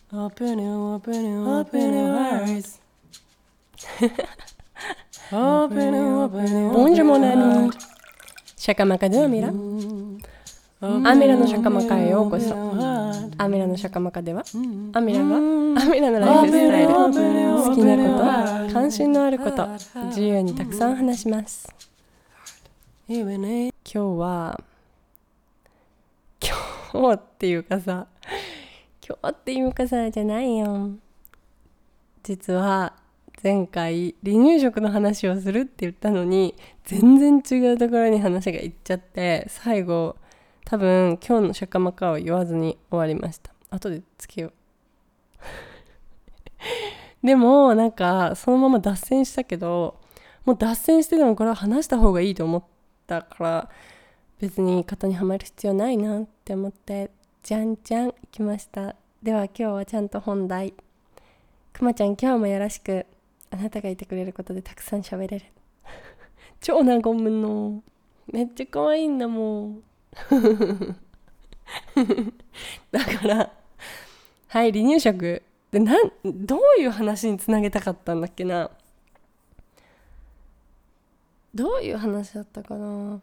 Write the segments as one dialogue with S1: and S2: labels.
S1: Open your hearts. Bonjour mon ami. シャカマカドゥアミラ。アミラのシャカマカへようこそ。アミラのシャカマカでは、アミラがアミラのライフスタイル、好きなこと、関心のあること、自由にたくさん話します。今日っていうかさじゃないよ。実は前回離乳食の話をするって言ったのに全然違うところに話がいっちゃって、最後多分今日のシャカマカを言わずに終わりました。後でつけようでもなんかそのまま脱線したけど、もう脱線してでもこれは話した方がいいと思ったから、別に型にはまる必要ないなって思ってじゃんじゃんいきました。では今日はちゃんと本題。くまちゃん今日もよろしく。あなたがいてくれることでたくさん喋れる超なごむの、めっちゃ可愛いんだもんだからはい離乳食でどういう話につなげたかったんだっけな。どういう話だったかな。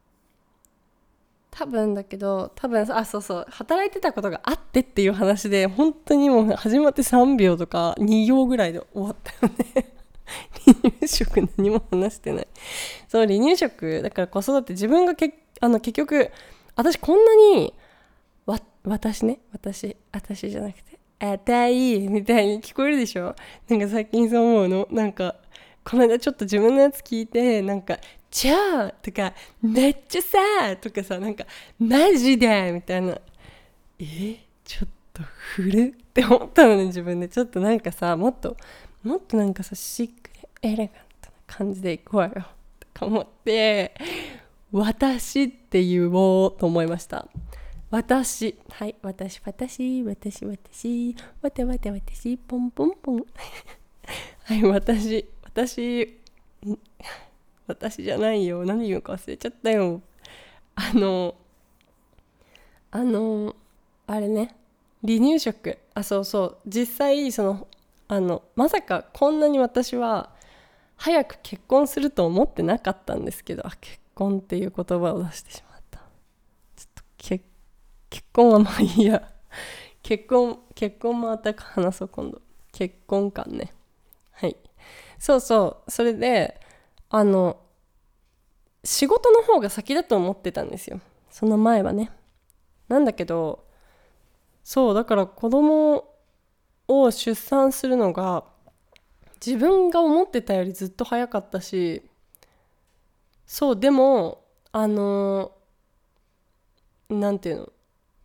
S1: 多分そう働いてたことがあってっていう話で、本当にもう始まって3秒とか2行ぐらいで終わったよね離乳食何も話してない。そう離乳食だから子育て、自分が結局私こんなに私じゃなくてあたいみたいに聞こえるでしょ。なんか最近そう思うの。なんかこの間ちょっと自分のやつ聞いて、なんかちゃーとかめっちゃさーとかさ、なんかマジでみたいな、ちょっと古って思ったのね自分で。ちょっとなんかさ、もっとなんかさ、シックでエレガントな感じでいこうよとか思って、私って言おうと思いました。私、はい私ポンポンポンはい私じゃないよ。何言うか忘れちゃったよ。あれね、離乳食。そう実際まさかこんなに私は早く結婚すると思ってなかったんですけど、結婚っていう言葉を出してしまった。ちょっと結婚はまあいいや。結婚もまた話そう今度。結婚観ね。はい。それで仕事の方が先だと思ってたんですよ、その前はね。なんだけど、そうだから子供を出産するのが自分が思ってたよりずっと早かったし、そうでもなんていうの、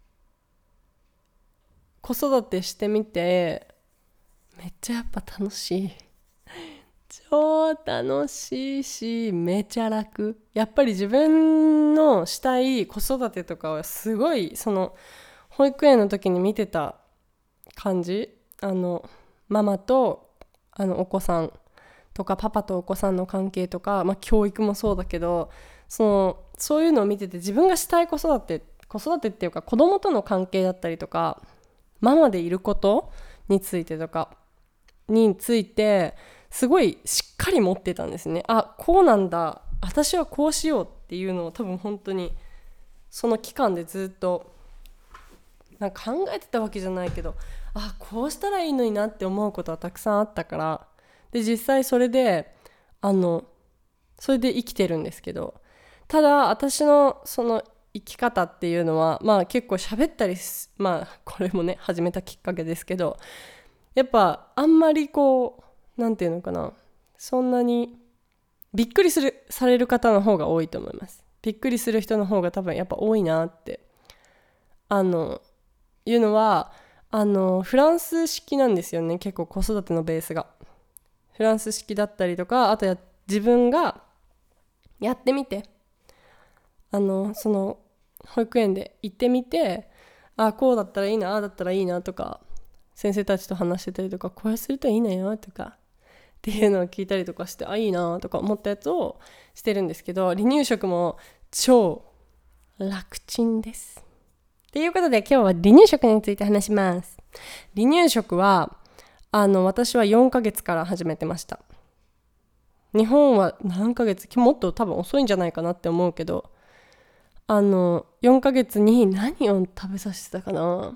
S1: 子育てしてみてめっちゃやっぱ楽しい。超楽しいしめちゃ楽。やっぱり自分のしたい子育てとかはすごい、その保育園の時に見てた感じ、ママとお子さんとかパパとお子さんの関係とか、教育もそうだけど、そういうのを見てて、自分がしたい子育てっていうか子供との関係だったりとか、ママでいることについてすごいしっかり持ってたんですね。こうなんだ、私はこうしようっていうのを多分本当にその期間でずっとなんか考えてたわけじゃないけど、こうしたらいいのになって思うことはたくさんあったから、で実際それで生きてるんですけど、ただ私のその生き方っていうのは結構喋ったりこれもね始めたきっかけですけど、やっぱあんまりなんていうのかな、そんなにびっくりされる方の方が多いと思います。びっくりする人の方が多分やっぱ多いなっていうのはフランス式なんですよね。結構子育てのベースがフランス式だったりとか、あと自分がやってみてその保育園で行ってみて、こうだったらいいな、だったらいいなとか、先生たちと話してたりとか、こうするといいのよとかっていうのを聞いたりとかして、いいなとか思ったやつをしてるんですけど、離乳食も超楽ちんです。ということで今日は離乳食について話します。 離乳食は私は4ヶ月から始めてました。日本は何ヶ月、もっと多分遅いんじゃないかなって思うけど、4ヶ月に何を食べさせてたかな、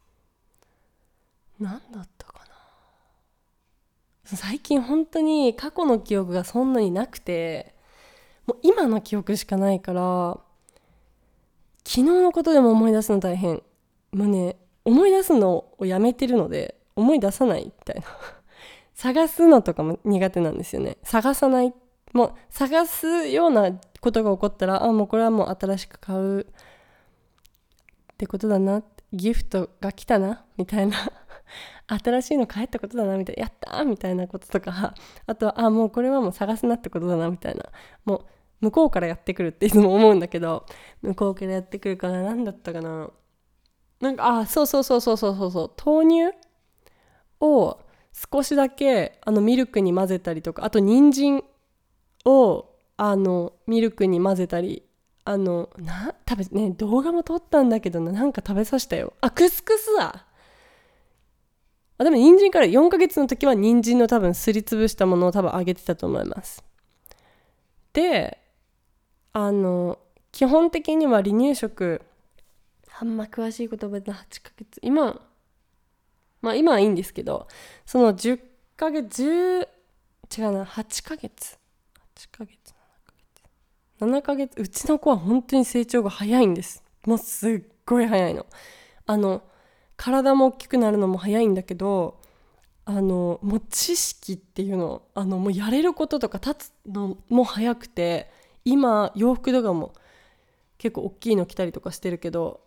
S1: 何だったかな。最近本当に過去の記憶がそんなになくて、もう今の記憶しかないから、昨日のことでも思い出すの大変。もうね、思い出すのをやめてるので思い出さないみたいな探すのとかも苦手なんですよね。探さない、もう探すようなことが起こったら、もうこれはもう新しく買うってことだな、ギフトが来たなみたいな新しいの買えたことだなみたいな、やったーみたいなこととか、あとはもうこれはもう探すなってことだなみたいな、もう向こうからやってくるっていつも思うんだけど、向こうからやってくるから、何だったかな、なんかそう豆乳を少しだけミルクに混ぜたりとか、あと人参をミルクに混ぜたり、多分ね動画も撮ったんだけどなんか食べさせたよ。クスクスだ。でも人参から4ヶ月の時は人参の多分すりつぶしたものを多分あげてたと思います。で基本的には離乳食、あんま詳しい言葉で8ヶ月、今はいいんですけど、その10ヶ月違うな、8ヶ月7ヶ月、うちの子は本当に成長が早いんです。もうすっごい早いの。体も大きくなるのも早いんだけど、もう知識っていうの、もうやれることとか立つのも早くて、今洋服とかも結構大きいの着たりとかしてるけど、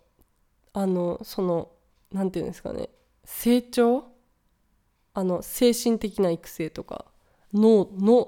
S1: なんていうんですかね、成長、精神的な育成とか脳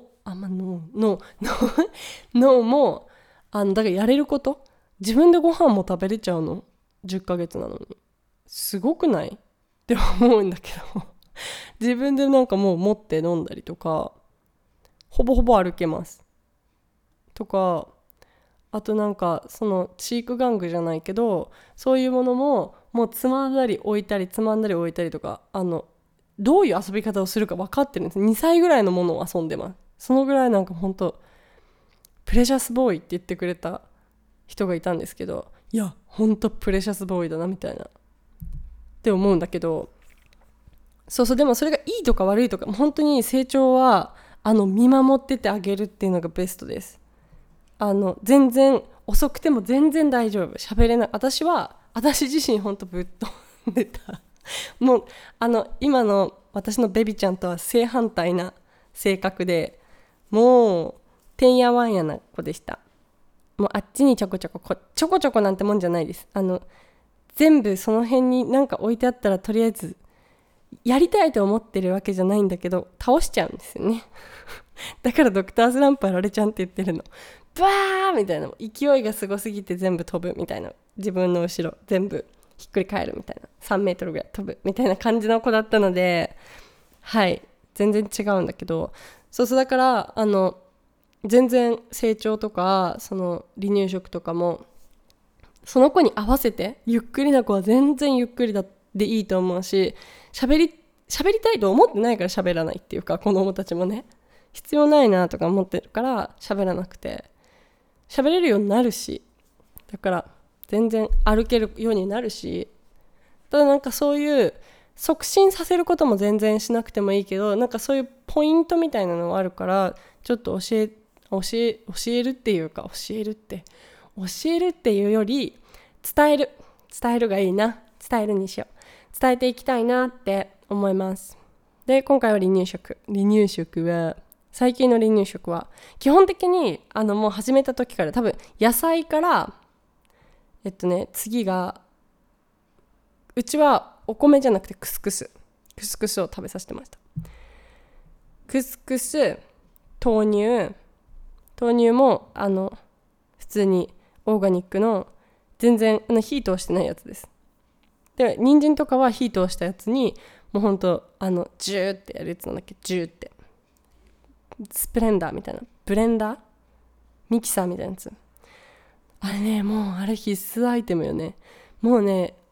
S1: もだからやれること、自分でご飯も食べれちゃうの、10ヶ月なのにすごくないって思うんだけど自分でなんかもう持って飲んだりとか、ほぼほぼ歩けますとか、あとなんかそのチーク玩具じゃないけど、そういうものももうつまんだり置いたりとか、どういう遊び方をするか分かってるんです。2歳ぐらいのものを遊んでます。そのぐらいなんか本当プレシャスボーイって言ってくれた人がいたんですけど、いや本当プレシャスボーイだなみたいなって思うんだけど、でもそれがいいとか悪いとか、本当に成長は見守っててあげるっていうのがベストです。全然遅くても全然大丈夫。喋れない。私自身本当ぶっ飛んでたもう今の私のベビちゃんとは正反対な性格で、もうてんやわんやな子でした。もうあっちにちょこちょこなんてもんじゃないです。全部その辺になんか置いてあったらとりあえずやりたいと思ってるわけじゃないんだけど倒しちゃうんですよねだからドクタースランプあられちゃんって言ってるの。バーみたいな、勢いがすごすぎて全部飛ぶみたいな、自分の後ろ全部ひっくり返るみたいな、3メートルぐらい飛ぶみたいな感じの子だったので、はい全然違うんだけど、だから全然成長とかその離乳食とかもその子に合わせて、ゆっくりな子は全然ゆっくりでいいと思うし、喋りたいと思ってないから喋らないっていうか、子供たちもね必要ないなとか思ってるから喋らなくて、喋れるようになるし、だから全然歩けるようになるし、ただなんかそういう促進させることも全然しなくてもいいけど、なんかそういうポイントみたいなのがあるから、ちょっと教えるっていうか、教えるっていうより伝えるがいいな、伝えるにしよう、伝えていきたいなって思います。で今回は離乳食は、最近の離乳食は基本的にもう始めた時から多分野菜から、次が、うちはお米じゃなくてクスクスを食べさせてました。クスクス、豆乳も普通にオーガニックの全然火通してないやつです。で人参とかは火通したやつにもうほんとジューってやるやつなんだっけ、ジューってスプレンダーみたいな、ブレンダーミキサーみたいなやつ、あれね、もうあれ必須アイテムよね。もうね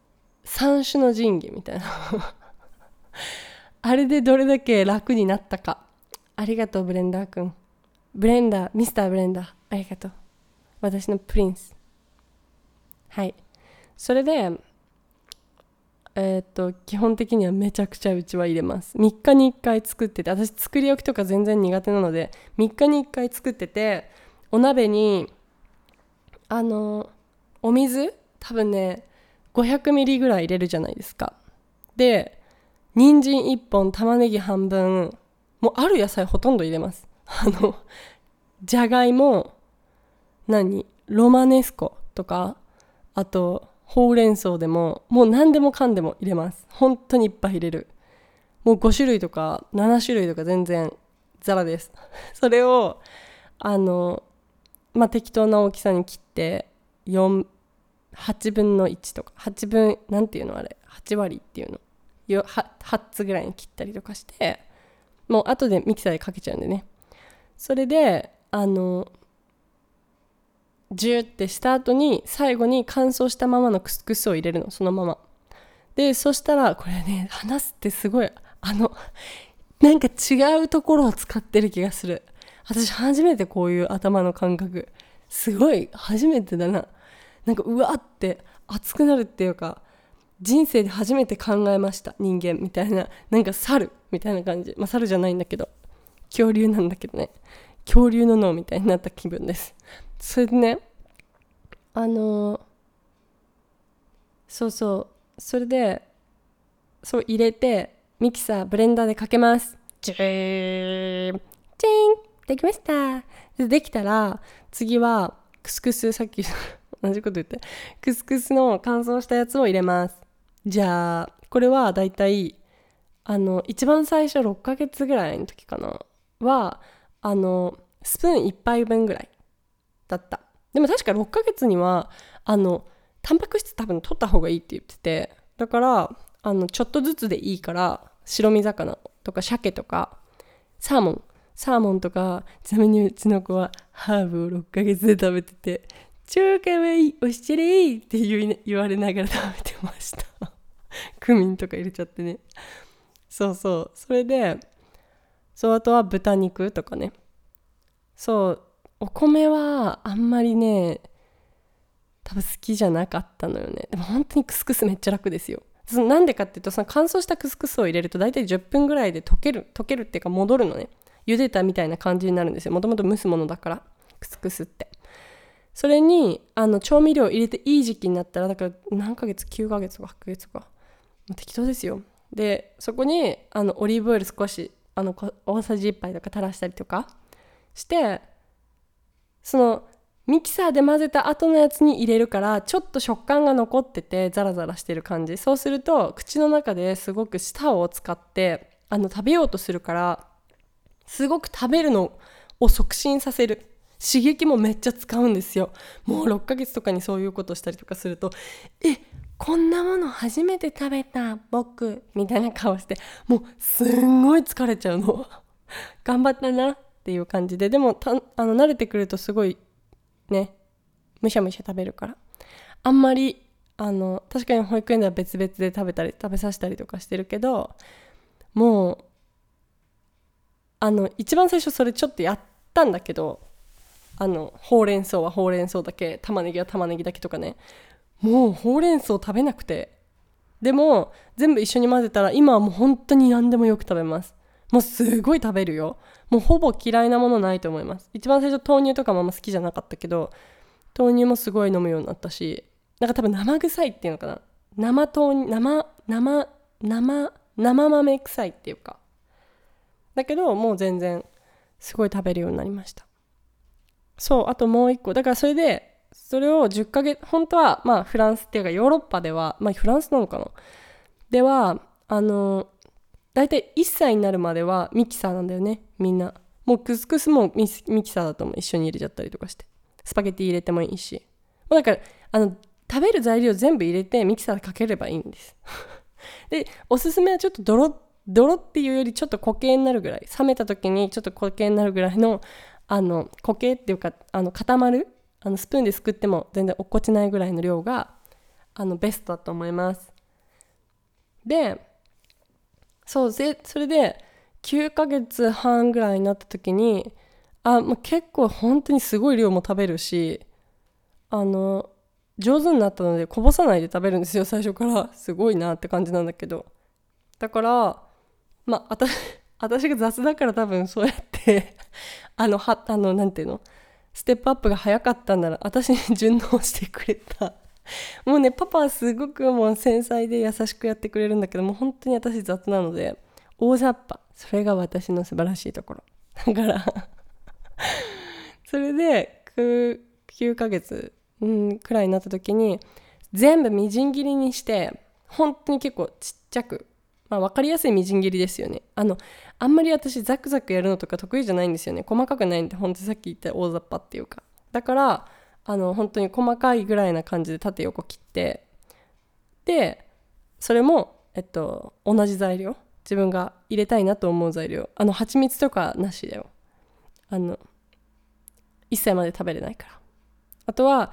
S1: 三種の神器みたいなあれでどれだけ楽になったか。ありがとうブレンダーくん。ブレンダー、ミスターブレンダー、ありがとう。私のプリンス。はい。それで基本的にはめちゃくちゃうちは入れます。3日に1回作ってて、私作り置きとか全然苦手なので3日に1回作ってて、お鍋にお水多分ね500ミリぐらい入れるじゃないですか。で人参1本、玉ねぎ半分、もうある野菜ほとんど入れます。じゃがいも、ロマネスコとか、あとほうれん草でも、もう何でもかんでも入れます。本当にいっぱい入れる。もう5種類とか7種類とか全然ザラです。それを適当な大きさに切って8分の1とか8分なんていうのあれ8割っていうの8つぐらいに切ったりとかして、もう後でミキサーでかけちゃうんでね。それでジューってした後に最後に乾燥したままのクスクスを入れるの、そのままで。そしたらこれね、話すってすごいなんか違うところを使ってる気がする。私初めてこういう頭の感覚、すごい初めてだな。なんかうわって熱くなるっていうか、人生で初めて考えました、人間みたいな。なんか猿みたいな感じ、猿じゃないんだけど恐竜なんだけどね、恐竜の脳みたいになった気分です。それでね、それでそう入れてミキサーブレンダーでかけます。ジューンチンできました。できたら次はクスクス、さっき同じこと言って、クスクスの乾燥したやつを入れます。じゃあこれはだいたい一番最初6ヶ月ぐらいの時かなはスプーン1杯分ぐらいだった。でも確か6ヶ月にはタンパク質多分取った方がいいって言ってて、だからちょっとずつでいいから白身魚とか鮭とかサーモンとか、ちなみにうちの子はハーブを6ヶ月で食べてて、超かわいいおしちゃれって言われながら食べてましたクミンとか入れちゃってね。それであとは豚肉とかね。お米はあんまりね多分好きじゃなかったのよね。でも本当にクスクスめっちゃ楽ですよ。なんでかっていうと、その乾燥したクスクスを入れると大体10分ぐらいで溶けるっていうか戻るのね。茹でたみたいな感じになるんですよ。もともと蒸すものだからクスクスって。それに調味料入れていい時期になったら、だから何ヶ月、9ヶ月とか8ヶ月とか、もう適当ですよ。でそこにオリーブオイル少し大さじ1杯とか垂らしたりとかして、そのミキサーで混ぜた後のやつに入れるから、ちょっと食感が残っててザラザラしてる感じ。そうすると口の中ですごく舌を使って食べようとするから、すごく食べるのを促進させる。刺激もめっちゃ使うんですよ。もう6ヶ月とかにそういうことしたりとかすると、こんなもの初めて食べた僕みたいな顔して、もうすんごい疲れちゃうの頑張ったなっていう感じで。でも慣れてくるとすごいね、むしゃむしゃ食べるから、あんまり確かに保育園では別々で食べさせたりとかしてるけど、もう一番最初それちょっとやったんだけど、ほうれん草はほうれん草だけ、玉ねぎは玉ねぎだけとかね、もうほうれん草食べなくて。でも全部一緒に混ぜたら今はもう本当に何でもよく食べます。もうすごい食べるよ。もうほぼ嫌いなものないと思います。一番最初豆乳とかもあんま好きじゃなかったけど、豆乳もすごい飲むようになったし、なんか多分生臭いっていうのかな、生豆臭いっていうか、だけどもう全然すごい食べるようになりました。あともう一個だから、それを10ヶ月、本当はフランスっていうかヨーロッパでは、フランスなのかな、ではだいたい1歳になるまではミキサーなんだよね、みんな。もうクスクスもミキサーだと一緒に入れちゃったりとかして、スパゲティ入れてもいいし、だから食べる材料全部入れてミキサーでかければいいんですでおすすめはちょっとドロっていうよりちょっと固形になるぐらい、冷めた時にちょっと固形になるぐらいの固形っていうか固まる、スプーンですくっても全然落っこちないぐらいの量がベストだと思います。 でそれで9ヶ月半ぐらいになった時にもう結構本当にすごい量も食べるし上手になったのでこぼさないで食べるんですよ。最初からすごいなって感じなんだけど、だから私が雑だから多分そうやってなんていうの、ステップアップが早かったんなら私に順応してくれたもうね、パパはすごくもう繊細で優しくやってくれるんだけど、もう本当に私雑なので大雑把、それが私の素晴らしいところだからそれで9ヶ月、くらいになった時に全部みじん切りにして、本当に結構ちっちゃく、分かりやすいみじん切りですよね。あんまり私ザクザクやるのとか得意じゃないんですよね。細かくないんで、本当にさっき言った大雑把っていうか、だから本当に細かいぐらいな感じで縦横切って、でそれも同じ材料、自分が入れたいなと思う材料、蜂蜜とかなしだよ。1歳まで食べれないから。あとは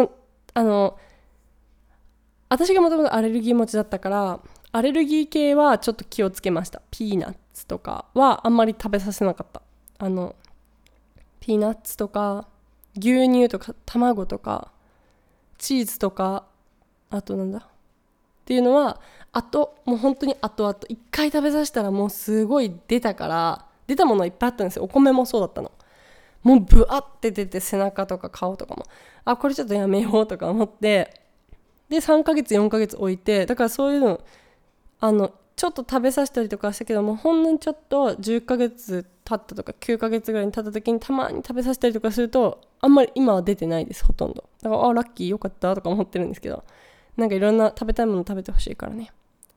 S1: 私がもともとアレルギー持ちだったから、アレルギー系はちょっと気をつけました。ピーナッツとかはあんまり食べさせなかった。ピーナッツとか牛乳とか卵とかチーズとか、あとなんだっていうのはもう本当に後々一回食べさせたらもうすごい出たものはいっぱいあったんですよ。お米もそうだったの。もうブワって出て、背中とか顔とかもこれちょっとやめようとか思って、で3ヶ月4ヶ月置いて、だからそういうのちょっと食べさせたりとかしたけども、ほんのにちょっと10ヶ月経ったとか9ヶ月ぐらいに経った時にたまに食べさせたりとかすると、あんまり今は出てないです、ほとんど。だからラッキーよかったとか思ってるんですけど、なんかいろんな食べたいもの食べてほしいからね。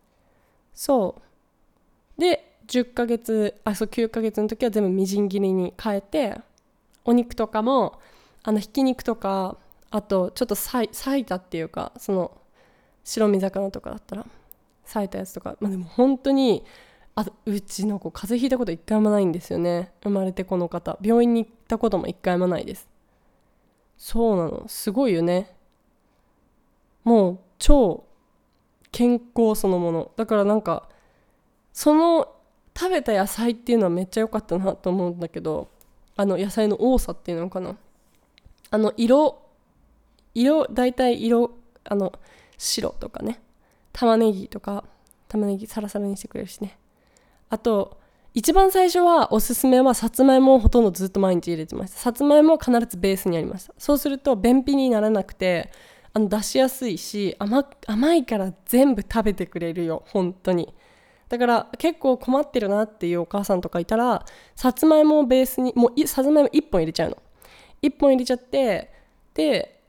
S1: そうで9ヶ月の時は全部みじん切りに変えて、お肉とかもひき肉とか、あとちょっと裂いたっていうか、その白身魚とかだったら裂いたやつとか、でも本当にうちの子風邪ひいたこと一回もないんですよね。生まれてこの方病院に行ったことも一回もないです。そうなの、すごいよね。もう超健康そのものだから、なんかその食べた野菜っていうのはめっちゃ良かったなと思うんだけど、野菜の多さっていうのかな、大体白とかね、玉ねぎサラサラにしてくれるしね。あと一番最初はおすすめはさつまいもをほとんどずっと毎日入れてました。さつまいもは必ずベースにありました。そうすると便秘にならなくて出しやすいし、甘いから全部食べてくれるよ本当に。だから結構困ってるなっていうお母さんとかいたら、さつまいもをベースにもうさつまいも1本入れちゃうの。1本入れちゃって、で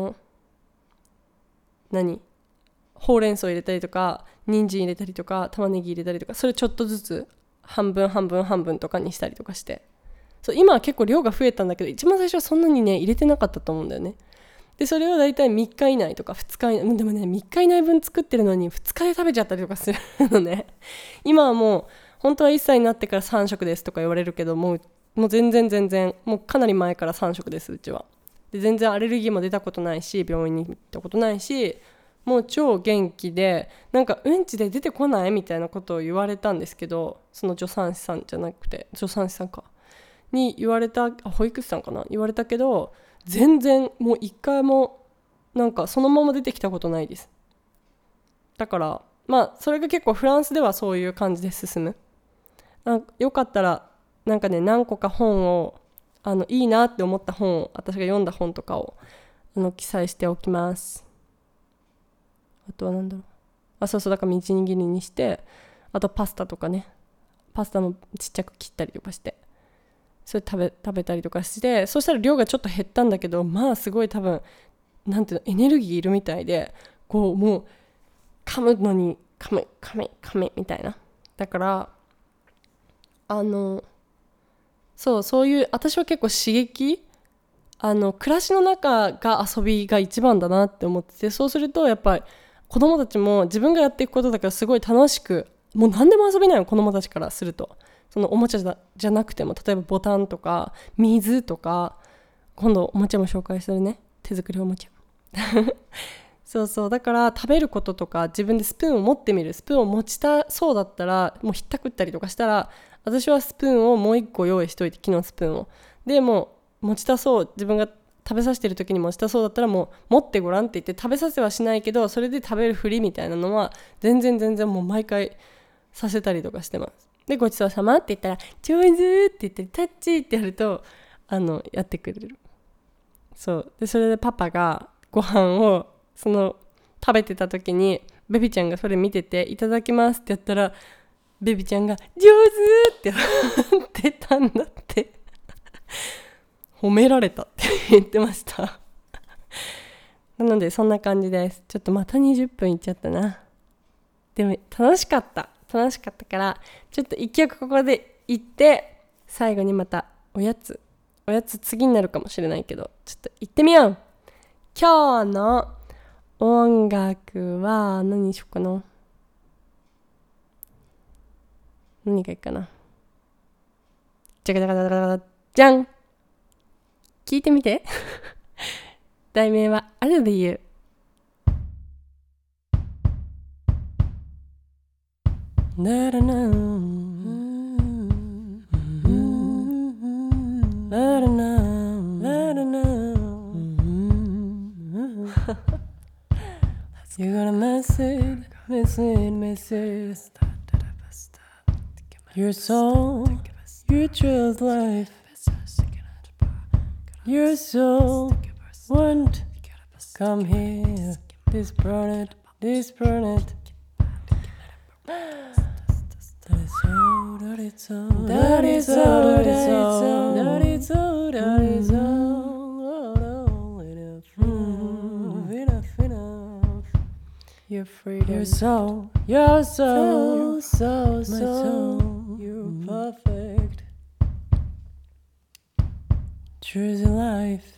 S1: ほうれん草入れたりとか、人参入れたりとか、玉ねぎ入れたりとか、それちょっとずつ半分半分半分とかにしたりとかして、そう今は結構量が増えたんだけど、一番最初はそんなにね入れてなかったと思うんだよね。でそれをだいたい3日以内とか2日以内、でもね3日以内分作ってるのに2日で食べちゃったりとかするのね。今はもう本当は1歳になってから3食ですとか言われるけど、もう全然もうかなり前から3食です、うちは。で全然アレルギーも出たことないし、病院に行ったことないし、もう超元気で、なんかうんちで出てこないみたいなことを言われたんですけど、その助産師さんかに言われた、保育士さんかな、言われたけど、全然もう一回もなんかそのまま出てきたことないです。だからそれが結構フランスではそういう感じで進む。よかったらなんかね、何個か本をいいなって思った本を、私が読んだ本とかを記載しておきます。あとはなんだろう、そうだからみじん切りにして、あとパスタとかね、パスタもちっちゃく切ったりとかして、それ食べたりとかして、そしたら量がちょっと減ったんだけど、すごい多分なんていうの、エネルギーいるみたいで、こうもう噛むのに噛めみたいな。だからそういう、私は結構刺激、暮らしの中が遊びが一番だなって思ってて、そうするとやっぱり子供たちも自分がやっていくことだからすごい楽しく、もう何でも遊びないよ、子供たちからすると。そのおもちゃじゃなくても、例えばボタンとか水とか、今度おもちゃも紹介するね、手作りおもちゃそうそう、だから食べることとか自分でスプーンを持ってみる、スプーンを持ちたそうだったらもうひったくったりとかしたら、私はスプーンをもう一個用意しといて、木のスプーンをでもう持ちたそう、自分が食べさせてる時に持ちたそうだったらもう持ってごらんって言って、食べさせはしないけどそれで食べるふりみたいなのは全然もう毎回させたりとかしてます。でごちそうさまって言ったら上手って言ったりタッチってやるとやってくれる。そうで、それでパパがご飯をその食べてた時にベビちゃんがそれ見てていただきますってやったら、ベビちゃんが上手って言ってたんだって褒められたって言ってましたなのでそんな感じです。ちょっとまた20分いっちゃったな。でも楽しかったからちょっと一曲ここで言って最後にまたおやつ次になるかもしれないけどちょっと行ってみよう。今日の音楽は何にしようかな。何がいいかな。じゃじゃん、聞いてみて題名はあるで言う。ならなYou're gonna miss it. Your soul, you chose life. Your soul won't come here. This planet. That is all. Your freedom. Your soul, my soul. You're perfect. Choose life.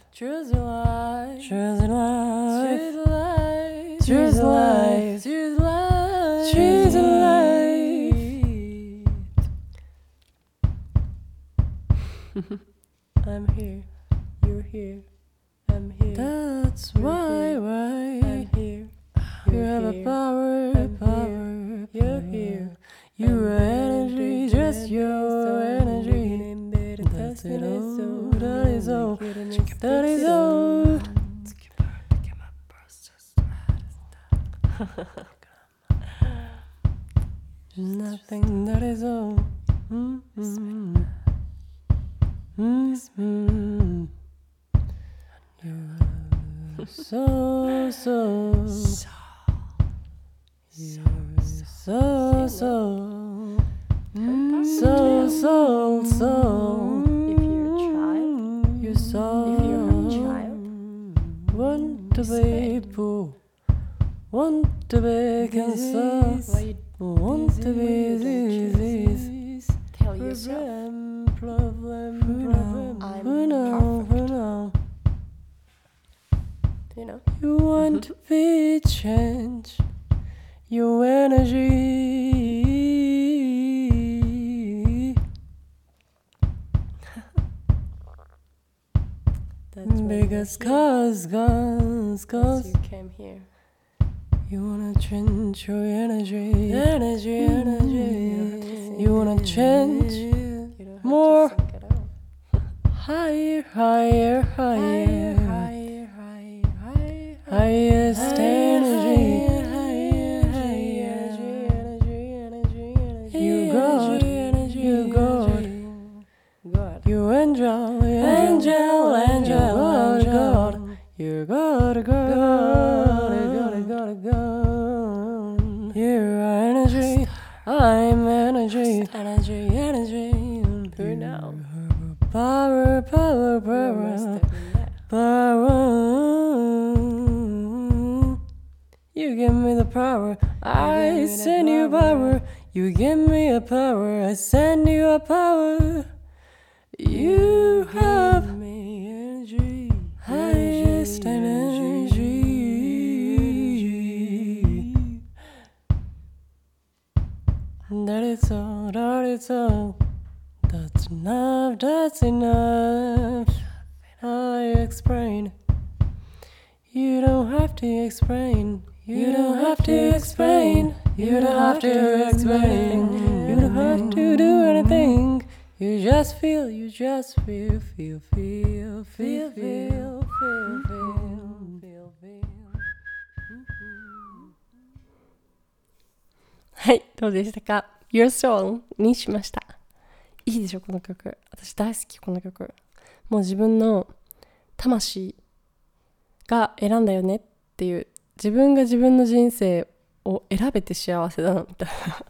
S1: I'm here, you're here, I'm here. That's why I'm here. You have a power. You're here. Your energy, just your energy. That's it all. That is all. Nothing. That is all. You're so. If you're a child, you're so. If you're a child, want to be poor, want to be cancer, want to be disease. Tell yourself. Problem. I'm perfect. You know. You want to be change. Your energy. Because cause you came here. You wanna change your energy. You wanna change more. Higher. Highest energy. You got. You angel. You got. You're energy. I'm energy. Who now? Power. You give me the power. I send you power. You give me a power. I send you a power. You have me energy. Highest energy. That is all. That's enough. I explain. You don't have to explain. You don't have to explain. You don't have to explain. You don't have to do anything. You just feel, you just feel, feel, feel, feel, feel, feel, feel, feel. はい、どうでしたか？ Your Soul にしました。いいでしょ、この曲。私大好き、この曲。もう自分の魂が選んだよねっていう、自分が自分の人生を選べて幸せだなみたい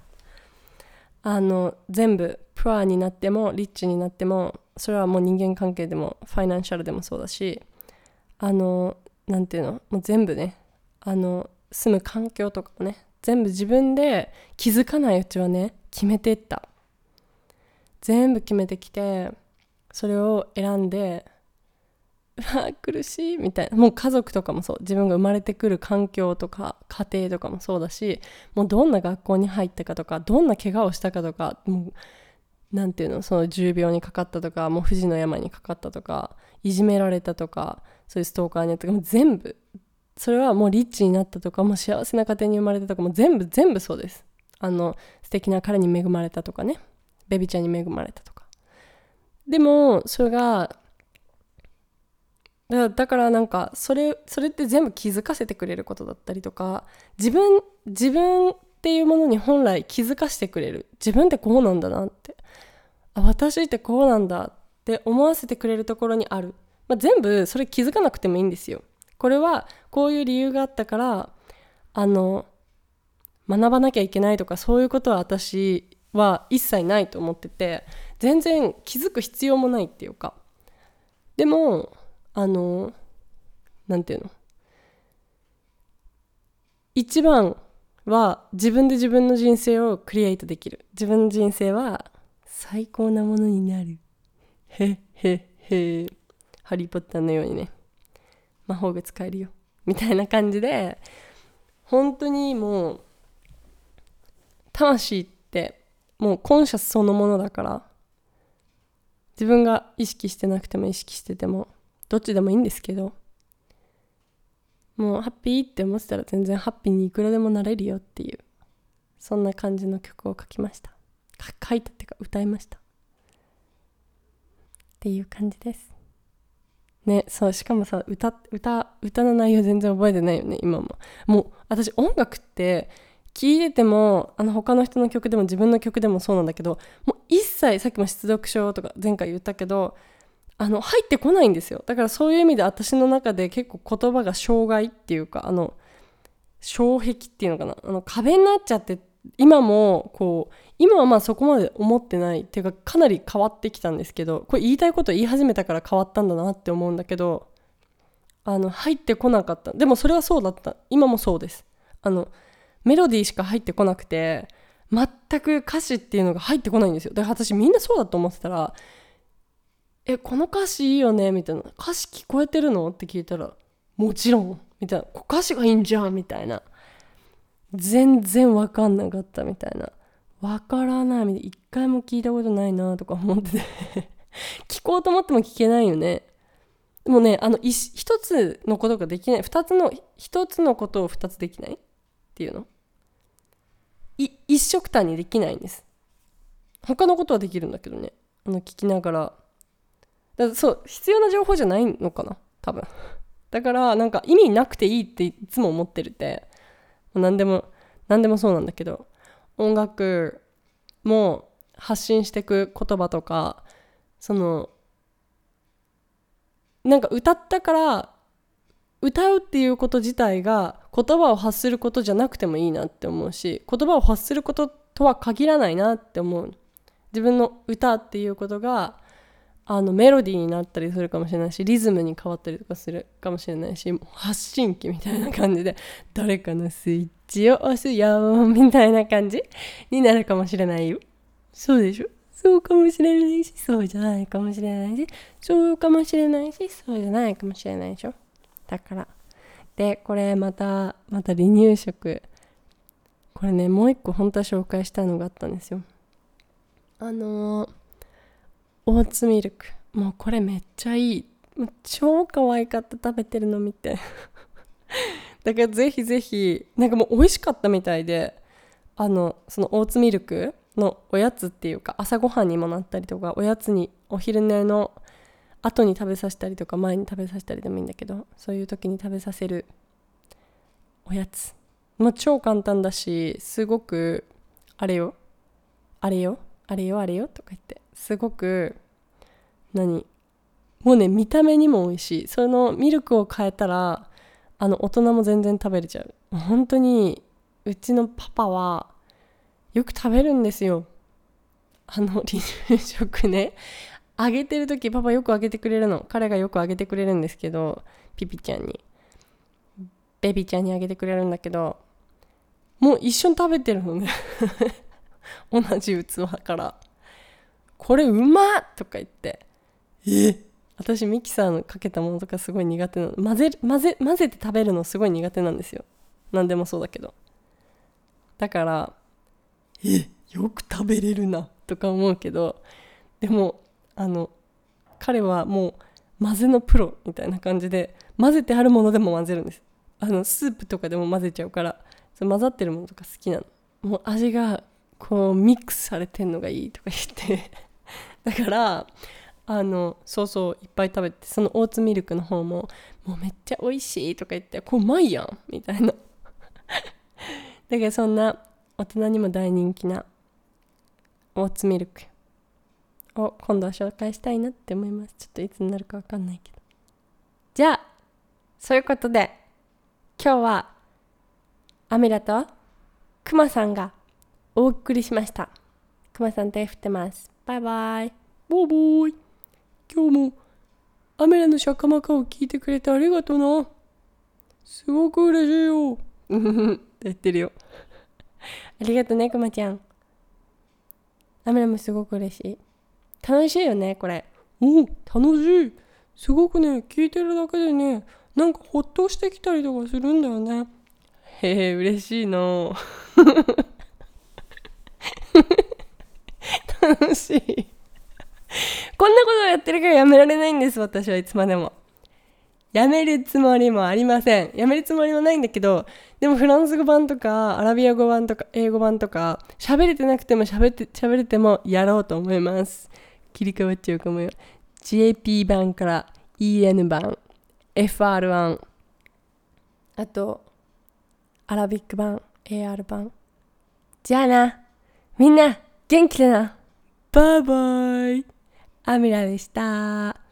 S1: な全部プアになってもリッチになっても、それはもう人間関係でもファイナンシャルでもそうだし、なんていうの、もう全部ね、住む環境とかもね、全部自分で気づかないうちはね、決めていった。全部決めてきて、それを選んで、苦しいみたいな。もう家族とかもそう、自分が生まれてくる環境とか家庭とかもそうだし、もうどんな学校に入ったかとか、どんな怪我をしたかとか、もうなんていうの、その重病にかかったとか、もう不治の病にかかったとか、いじめられたとか、そういうストーカーにあったとか、もう全部、それはもうリッチになったとか、もう幸せな家庭に生まれたとか、もう全部そうです。素敵な彼に恵まれたとかね、ベビちゃんに恵まれたとか。でもそれがだからなんかそれって全部気づかせてくれることだったりとか、自分っていうものに本来気づかせてくれる、自分ってこうなんだなって、私ってこうなんだって思わせてくれるところにある、全部それ気づかなくてもいいんですよ。これはこういう理由があったから学ばなきゃいけないとか、そういうことは私は一切ないと思ってて、全然気づく必要もないっていうか、でもなんていうの、一番は自分で自分の人生をクリエイトできる。自分の人生は最高なものになる。へへへ。ハリーポッターのようにね、魔法が使えるよみたいな感じで、本当にもう魂ってもうコンシャスそのものだから、自分が意識してなくても意識しててもどっちでもいいんですけど、もうハッピーって思ってたら全然ハッピーにいくらでもなれるよっていう、そんな感じの曲を書きました。書いたっていうか歌いましたっていう感じですね。そう、しかもさ、歌の内容全然覚えてないよね今も。もう私音楽って聴いてても他の人の曲でも自分の曲でもそうなんだけど、もう一切、さっきも失読症とか前回言ったけど入ってこないんですよ。だからそういう意味で私の中で結構言葉が障害っていうか、障壁っていうのかな、壁になっちゃって、今はまあそこまで思ってないっていうか、かなり変わってきたんですけど、これ言いたいこと言い始めたから変わったんだなって思うんだけど、入ってこなかった。でもそれはそうだった。今もそうです。メロディーしか入ってこなくて、全く歌詞っていうのが入ってこないんですよ。だから私みんなそうだと思ってたら、この歌詞いいよねみたいな、歌詞聞こえてるのって聞いたら、もちろんみたいな、歌詞がいいんじゃんみたいな、全然分かんなかったみたいな、分からないみたいな、一回も聞いたことないなとか思ってて聞こうと思っても聞けないよね。でもね、一つのことができない、一つのことを二つできないっていうの、一色単にできないんです。他のことはできるんだけどね、聞きながら、そう必要な情報じゃないのかな多分。だからなんか意味なくていいっていつも思ってるって、何でもそうなんだけど、音楽も発信していく言葉とか、なんか歌ったから歌うっていうこと自体が言葉を発することじゃなくてもいいなって思うし、言葉を発することとは限らないなって思う。自分の歌っていうことがメロディーになったりするかもしれないし、リズムに変わったりとかするかもしれないし、発信機みたいな感じで誰かのスイッチを押すよみたいな感じになるかもしれないよ。そうでしょ。そうかもしれないし、そうじゃないかもしれないし、そうかもしれないし、そうじゃないかもしれないでしょ。だからで、これまた離乳食、これね、もう一個本当は紹介したいのがあったんですよ。オーツミルク、もうこれめっちゃいい、もう超可愛かった、食べてるの見てだからぜひぜひ、なんかもう美味しかったみたいで、そのオーツミルクのおやつっていうか、朝ごはんにもなったりとか、おやつにお昼寝の後に食べさせたりとか、前に食べさせたりでもいいんだけど、そういう時に食べさせるおやつもう超簡単だし、すごくあれよあれよあれよあれよとか言って、すごくもうね、見た目にも美味しい。そのミルクを変えたら大人も全然食べれちゃう。本当にうちのパパはよく食べるんですよ。離乳食ね、あげてる時パパよくあげてくれるの。彼がよくあげてくれるんですけど、ピピちゃんに、ベビーちゃんにあげてくれるんだけど、もう一緒に食べてるのね。同じ器から。これうまっとか言って、私ミキサーのかけたものとかすごい苦手なの。混ぜて食べるのすごい苦手なんですよ。何でもそうだけど。だからよく食べれるなとか思うけど、でも彼はもう混ぜのプロみたいな感じで、混ぜてあるものでも混ぜるんです。スープとかでも混ぜちゃうから、その混ざってるものとか好きなの。もう味がこうミックスされてんのがいいとか言ってだからそうそういっぱい食べて、そのオーツミルクの方ももうめっちゃ美味しいとか言って、これうまいやんみたいなだけど、そんな大人にも大人気なオーツミルクを今度は紹介したいなって思います。ちょっといつになるか分かんないけど。じゃあそういうことで、今日はアミラとクマさんがお送りしました。クマさん手振ってます。バイバイ。ボーボーイ。今日もアメラのシャカマカを聞いてくれてありがとうな。すごく嬉しいよ。って言ってるよ。ありがとうね、クマちゃん。アメラもすごく嬉しい。楽しいよね、これ。楽しい。すごくね、聞いてるだけでね、なんかほっとしてきたりとかするんだよね。へえ、嬉しいな。楽しい。こんなことをやってるからやめられないんです、私はいつまでも。やめるつもりもありません。やめるつもりもないんだけど、でもフランス語版とかアラビア語版とか英語版とか喋れてなくても喋れてもやろうと思います。切り替わっちゃうかもよ。JP 版から EN 版、FR 版、あとアラビック版、AR 版。じゃあな、みんな元気でな。バイバイ。アミラでした。